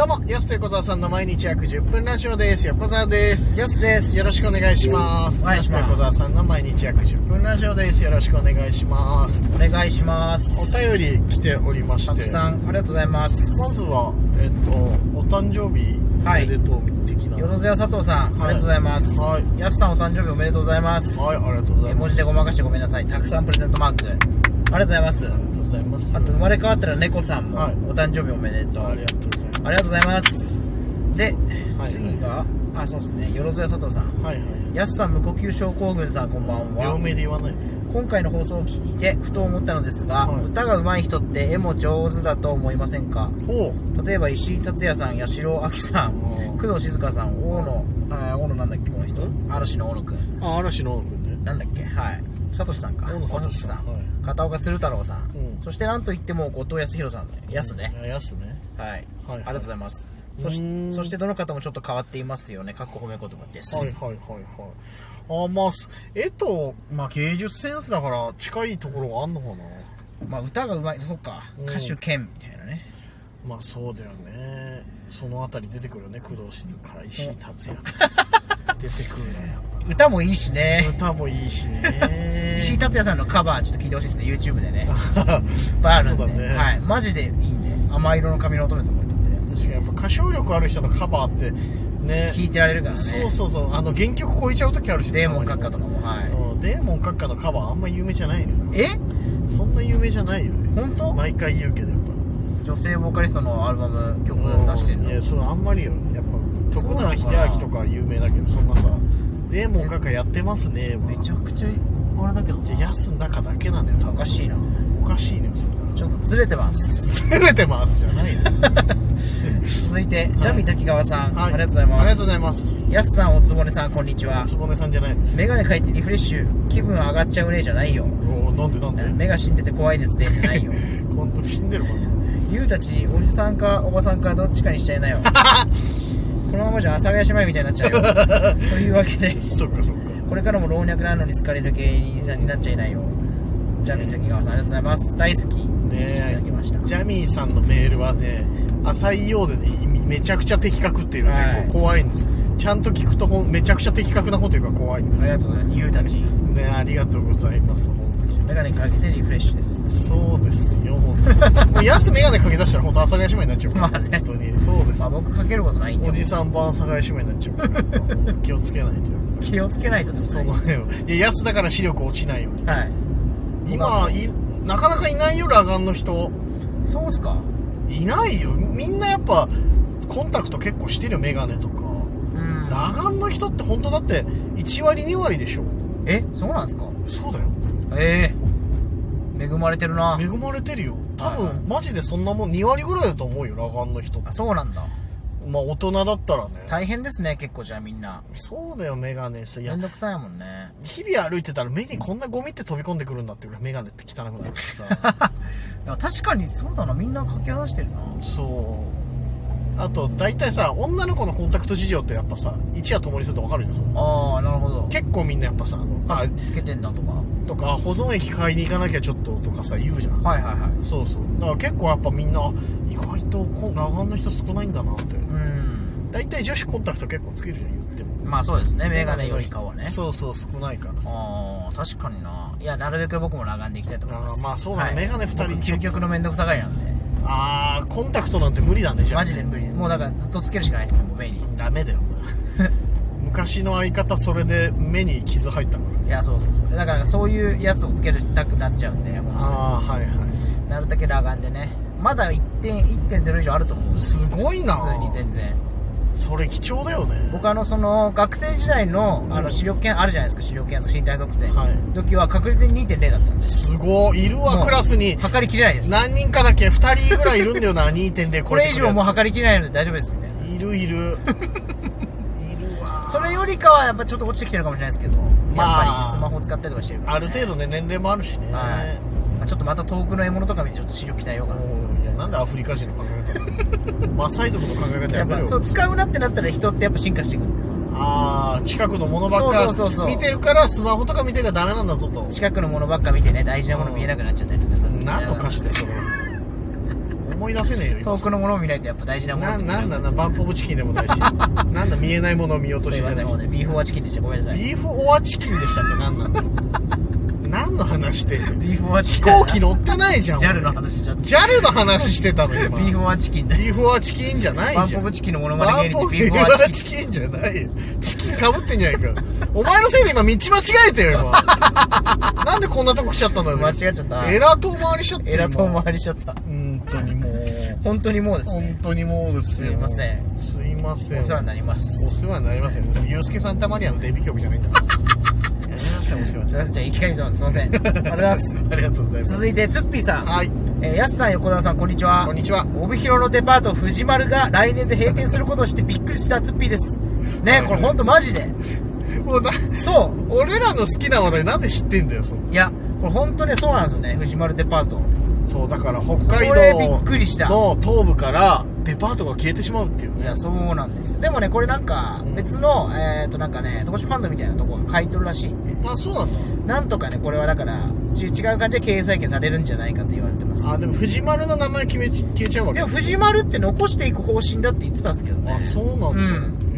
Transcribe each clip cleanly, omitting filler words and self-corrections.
どうも、やすと横澤さんの毎日約10分ラジオです。横澤です。 やすです。 よろしくお願いします。やすと横澤さんの毎日約10分ラジオです。よろしくお願いします。 お願いします。 お便り来ておりまして。 たくさんありがとうございます。 まずは、お誕生日おめでとう的な。 よろずや佐藤さん、ありがとうございます。 はい。 やすさんお誕生日おめでとうございます。 はい、ありがとうございます。 文字でごまかしてごめんなさい。たくさんプレゼントマーク。ありがとうございます。 ありがとうございます。 あと、生まれ変わったら猫さんも、お誕生日おめでとう。 ありがとうございます。 ありがとうございます。で、 はい、 次が、そうですね、よろずや佐藤さん。 はいはい。 やすさん無呼吸症候群さん、こんばんは。 両名で言わないで。 今回の放送を聞いてふと思ったのですが、歌が上手い人って絵も上手だと思いませんか？例えば石井達也さん、八代亜紀さん、工藤静香さん、大野なんだっけこの人、嵐の大野くん。 嵐の大野くんね。 なんだっけ、はい、サトシさんか。 大野サトシさん、 片岡鶴太郎さん、そしてなんといっても後藤康弘さん、やすね。 やすね。 はい、ありがとうございます。そしてどの方もちょっと変わっていますよね。かっこ褒め言葉です。 はいはいはいはい。まあ絵と芸術センスだから近いところがあんのかな。 歌がうまい、そっか、歌手兼みたいなね。 そうだよね。そのあたり出てくるよね。工藤静香、石井達也出てくるね。 歌もいいしね。 歌もいいしね。 石井達也さんのカバーちょっと聞いてほしいですね。 YouTube でね。バールンで、はい、マジでいいんで。甘色の髪の乙女と思ってて、 確かにやっぱ歌唱力ある人のカバーってね、 弾いてられるからね。 そう原曲超えちゃう時あるし、 デーモン閣下とかも、はい、 デーモン閣下のカバーあんま有名じゃないのよ。 そんな有名じゃないよね。 本当？ 毎回言うけど、やっぱ女性ボーカリストのアルバム曲出してるの。 いや、それあんまりよ。やっぱ徳永英明とか有名だけど、そんなさデーモン閣下やってますね。 めちゃくちゃあれだけどな。 やすの中だけなのよ。 おかしいな。 おかしいねよ、それ。 ちょっとずれてますずれてますじゃないの続いて、ジャミ滝川さん、ありがとうございます。 ありがとうございます。 やすさん、おつぼねさん、こんにちは。 おつぼねさんじゃないです。 メガネ描いてリフレッシュ、気分上がっちゃうねじゃないよ。 なんで目が死んでて怖いですねじゃないよ。 本当に死んでるかな。 ゆうたち、おじさんかおばさんかどっちかにしちゃいなよ。このままじゃ阿佐ヶ谷姉妹みたいになっちゃうよ。というわけで、 そっかこれからも老若なのに好かれる芸人さんになっちゃいないよ。ジャミー滝川さん、ありがとうございます。大好きね。いただきました。 ジャミーさんのメールはね、浅いようでね、めちゃくちゃ的確っていうのが怖いんです。ちゃんと聞くとめちゃくちゃ的確なこと言うから怖いんです。 ありがとうございます。ゆうたちね、ありがとうございます。 メガネかけてリフレッシュです。 そうですよ。もう安メガネかけ出したら本当阿佐ヶ谷姉妹になっちゃうから。本当にそうです。 僕かけることないんで。 おじさん版阿佐ヶ谷姉妹になっちゃうから。気をつけないと。 気をつけないとですね。 そうよ。いや、安だから視力落ちないよ。 はい。 今なかなかいないよ、裸眼の人。 そうっすか？ いないよ。みんなやっぱコンタクト結構してるよ、メガネとか。裸眼の人って本当だって1割2割でしょ。 そうなんすか？ そうだよ。 恵まれてるな。 恵まれてるよ。多分マジでそんなもん2割ぐらいだと思うよ、裸眼の人。 そうなんだ。 大人だったらね。 大変ですね、結構。じゃあみんな。 そうだよ、メガネさ。 めんどくさいもんね。 日々歩いてたら目にこんなゴミって飛び込んでくるんだってぐらいメガネって汚くなるからさ。 確かにそうだな、みんな掛け離してるな。 そう。あと大体さ、女の子のコンタクト事情ってやっぱさ、一夜共にすると分かるよ。 なるほど。 結構みんなやっぱさ、 つけてんだとか保存液買いに行かなきゃちょっととかさ言うじゃん。 はいはいはい。 そうだから結構やっぱみんな意外と裸眼の人少ないんだなって。大体女子コンタクト結構つけるじゃん、言っても。 そうですね、メガネよりかはね。 そう少ないからさ。 確かにな。いや、なるべく僕も裸眼でいきたいと思います。 そうだね、メガネ2人究極のめんどくさがりなんで。 コンタクトなんて無理だね、じゃあ。 マジで無理。もうだからずっとつけるしかないですね、もう目に。 ダメだよ昔の相方それで目に傷入ったから。 いや、そうだからそういうやつをつけたくなっちゃうんで。なるだけ裸眼でね。まだ 1.0 以上あると思うんです。 すごいな。 普通に全然。 それ貴重だよね。 僕その学生時代の視力検あるじゃないですか、視力検査、身体測定時は確実に 2.0 だったんです。 すごい。いるわ、クラスに測りきれないです。 何人かだけ2人ぐらいいるんだよな。2.0 これ以上もう測りきれないので大丈夫ですよね。 いるいるわ。 それよりかはやっぱちょっと落ちてきてるかもしれないですけど、やっぱりスマホ使ったりとかしてるから、 ある程度ね、年齢もあるしね。 ちょっとまた遠くの獲物とか見てちょっと視力鍛えようかな。 なんでアフリカ人の考え方マサイ族の考え方やめろよ。 そう使うなってなったら人ってやっぱ進化していくんで、 近くのものばっか見てるからスマホとか見てるからダメなんだぞと。 近くのものばっか見てね、大事なもの見えなくなっちゃったりとかさ。 何の歌詞だよそれ。 思い出せねえよ遠くのものを見ないとやっぱ大事なものなんだな、バンプオブチキンでもないしなんだ見えないものを見ようとしてないし、 すいません、ビーフオアチキンでした。ごめんなさい。 ビーフオアチキンでしたって何なんだよ何の話してんの。 ビーフオアチキン。 飛行機乗ってないじゃん。 JAL の話しちゃった。 JAL の話してたの今。 ビーフオアチキンだよ。 ビーフオアチキンじゃないじゃん。 バンポブチキンのモノマネ芸人でビーフオアチキンじゃないよ。チキン被ってんじゃないか。お前のせいで今道間違えてよ今。なんでこんなとこ来ちゃったんだよ。 間違っちゃった。 エラ遠回りしちゃった。 エラ遠回りしちゃった。 本当にもう。 本当にもうですね。 本当にもうですよ。 すいません。 すいません。 お世話になります。 お世話になりますよ。ユースケ・サンタマリアのデビュー曲じゃないんだから。すいません、お世話になります。 じゃあ行きたいと思います。すいません。ありがとうございます。 ありがとうございます。 続いて、ツッピーさん。 はい。 やすさん、横田さん、こんにちは。 こんにちは。 帯広のデパート、藤丸が来年で閉店することをしてびっくりしたツッピーです。ね、これほんとマジで。 もうそう。 俺らの好きな話題なんで知ってんだよ、その。 いや、これほんとね、そうなんですよね、藤丸デパート。 そう、だから北海これびっくりした道の東部からデパートが消えてしまうっていう。 いや、そうなんですよ。でもね、これなんか、別の、なんかね、投資ファンドみたいなとこが買い取るらしいんで。 あ、そうなんだ。 なんとかね、これはだから、違う感じで経営再建されるんじゃないかと言われてます。 あ、でも藤丸の名前消えちゃうわけ。 でも藤丸って残していく方針だって言ってたんですけどね。 あ、そうなんだ。 うん。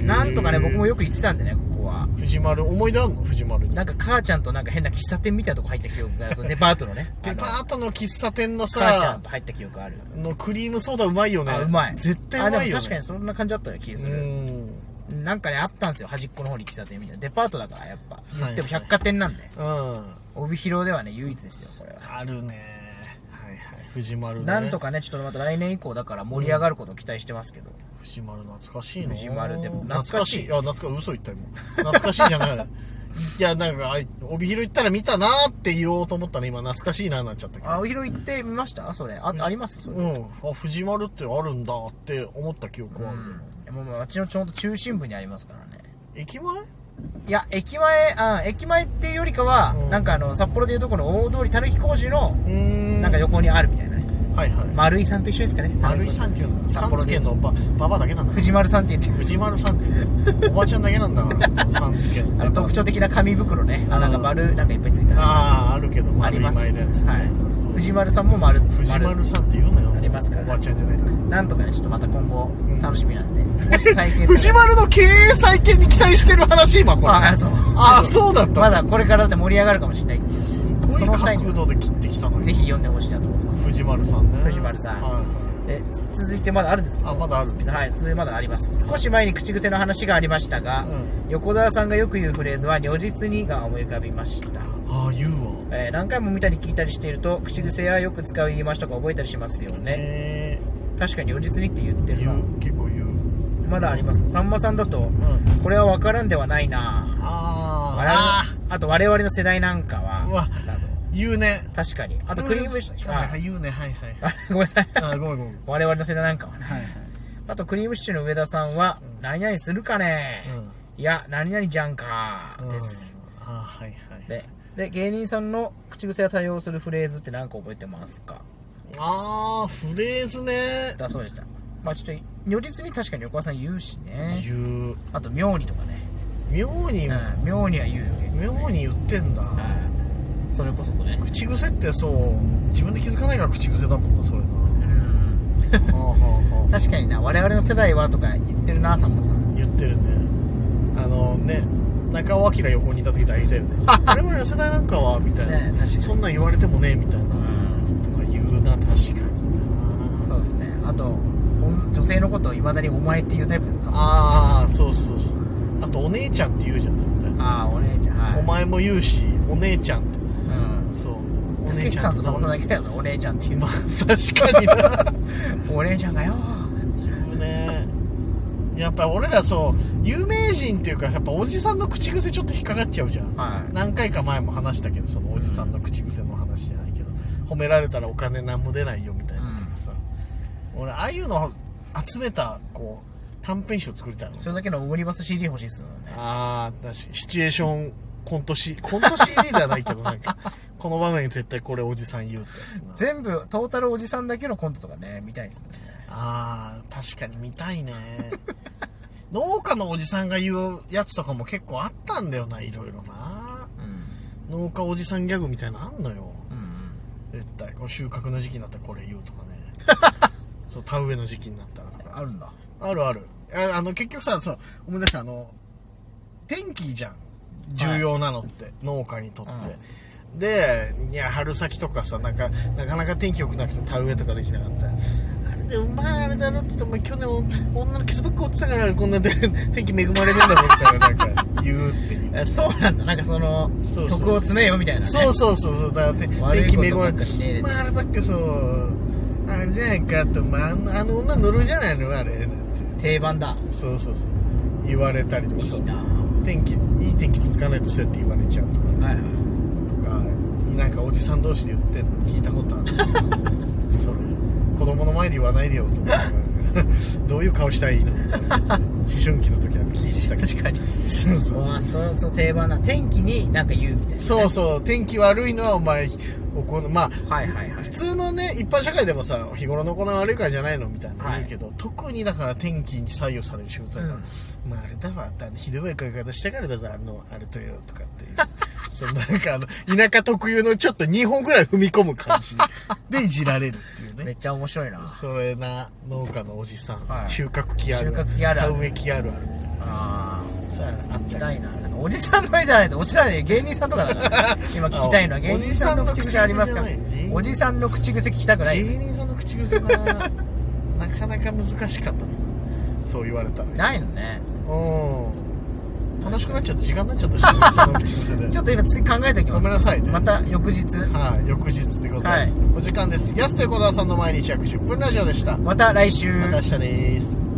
なんとかね、僕もよく言ってたんでね、ここは。 藤丸、思い出あんの藤丸に。 なんか母ちゃんとなんか変な喫茶店みたいなとこ入った記憶が、そのデパートのね。 デパートの喫茶店のさ、 母ちゃんと入った記憶ある。 のクリームソーダうまいよね。 あ、うまい。 絶対うまいよね。 あ、でも確かにそんな感じだったような気がする。なんかね、あったんですよ、端っこの方に喫茶店みたいな。デパートだからやっぱ。言っても百貨店なんで。帯広ではね、唯一ですよ、これは。 あるね。はいはい。藤丸ね。 なんとかね、ちょっとまた来年以降だから盛り上がることを期待してますけど。 藤丸懐かしいの。 藤丸でも懐かしい。いや、嘘言ったよ。懐かしいじゃない。いや、なんか、帯広行ったら見たなーって言おうと思ったら今懐かしいなーなっちゃったけど。 あ、帯広行ってみましたそれ。ありますそれ。 あ、藤丸ってあるんだって思った記憶はある。 もう街のちょうど中心部にありますからね。 駅前？ いや、駅前っていうよりかは、なんか札幌でいうとこの大通りたぬき工事の、なんか横にあるみたいなね。 はいはい。 丸井さんと一緒ですかね。 丸井さんっていうのは札幌県のババだけなんだ。 藤丸さんって言って。 藤丸さんっていうおばちゃんだけなんだからさん付けの。 特徴的な紙袋ね。なんか丸なんかいっぱいついた。 あるけどあります。 はい。 藤丸さんも丸藤丸さんって言うのよ。 ありますから。 おばちゃんじゃない。 なんとかねちょっとまた今後楽しみなんで。もし再建。 藤丸の経営再建に期待してる話今これ。そうだった。 まだこれからだって盛り上がるかもしれない。 その角度で切ってきたのにぜひ読んでほしいなと思ってます。 藤丸さんね。 藤丸さん。続いてまだあるんですか？ まだある。 はい、続いてまだあります。少し前に口癖の話がありましたが、横澤さんがよく言うフレーズは如実にが思い浮かびました。 言うわ。 何回も見たり聞いたりしていると口癖やよく使う言い回しとか覚えたりしますよね。確かに如実にって言ってるな。 結構言う。 まだあります。さんまさんだと、これは分からんではないな。あと我々の世代なんかは言うね。 確かに。あとクリームシチュー。 言うね。はいはい。 ごめんなさい。 ごめん。 我々の世代なんかはね。あとクリームシチューの上田さんは、何々するかね。いや、何々じゃんか。です。 はいはい。 で、芸人さんの口癖や対応するフレーズって何か覚えてますか？ フレーズね。 だそうでした。まあちょっと、如実に確かに横川さん言うしね。 言う。 あと、妙にとかね。 妙には言うよね。 妙に言ってんだ。 それこそとね。 口癖ってそう、自分で気づかないから口癖だもんな、それな。 確かにな、我々の世代はとか言ってるな、さんまさん。 言ってるね。中尾明横にいた時大体よね。我々の世代なんかは、みたいな。 ね、確かに。 そんなん言われてもね、みたいな。とか言うな、確かにな。 そうですね。あと、女性のことを未だにお前っていうタイプですか？ そう。あと、お姉ちゃんって言うじゃん、絶対。 お姉ちゃん。はい。 お前も言うし、お姉ちゃんって。そう。 お姉ちゃんとさんまさんだけだよ、お姉ちゃんっていう。 まあ、確かにな。 お姉ちゃんがよ。 言うね。やっぱ俺らそう、有名人っていうか、やっぱおじさんの口癖ちょっと引っかかっちゃうじゃん。何回か前も話したけど、そのおじさんの口癖の話じゃないけど、褒められたらお金なんも出ないよみたいなとかさ。俺、ああいうの集めた、短編集作りたいの。 それだけのオムニバス CD 欲しいっすよね。 確かに。シチュエーションコント CD ではないけど、なんか、この場面絶対これおじさん言うってやつな。 全部、トータルおじさんだけのコントとかね、見たいですね。 確かに見たいね。農家のおじさんが言うやつとかも結構あったんだよな、いろいろな。農家おじさんギャグみたいなのあんのよ。絶対、収穫の時期になったらこれ言うとかね。 そう田植えの時期になったらとかあるんだ。 あるある。結局さ、そう思い出した天気じゃん重要なのって、農家にとって、でいや春先とかさなかなか天気良くなくて田植えとかできなかった。あれでお前あれだろって言って、お前去年女の傷ばっか追ってたからこんな天気恵まれてんだろみたいななんか言うっていうそうなんだ。なんかそう徳を詰めよみたいなね。 そうだから天気恵まれてまああればっかそうあれじゃないかと、あの女乗るじゃないのあれなんて定番だ。 そう言われたりとかさ、 いいないい天気続かないとそうやって言われちゃうとか、 はいはい、 とかなんかおじさん同士で言ってんの聞いたことあるそれ子供の前で言わないでよと思ってどういう顔したらいいのみたいな思春期の時は聞いてたけど確かにそう定番な天気になんか言うみたいな、ね、 そう天気悪いのはお前まあ、 はいはいはい、 普通のね一般社会でもさ日頃の行い悪いからじゃないのみたいな言うけど、特にだから天気に左右される仕事だから、まああれだわひどい書き方したからだぞあれとよとかっていうそのなんか田舎特有のちょっと2本ぐらい踏み込む感じでいじられるっていうね。 めっちゃ面白いなそれな農家のおじさん、 はい、 収穫期ある田植え期あるみたいな。 あそうやなあったいな。おじさんの絵じゃないです。おじさんね芸人さんとかだから今聞きたいのは芸人さんの口癖ありますか。おじさんの口癖聞きたくない。 芸人さんの口癖ななかなか難しかったねそう言われたらないのね。 楽しくなっちゃって時間になっちゃったし、ね、その口癖でちょっと今次考えておきます。 ごめんなさいね。 また翌日翌日でございます、お時間です。安手小沢さんの毎日約10分ラジオでした。 また来週。 また明日です。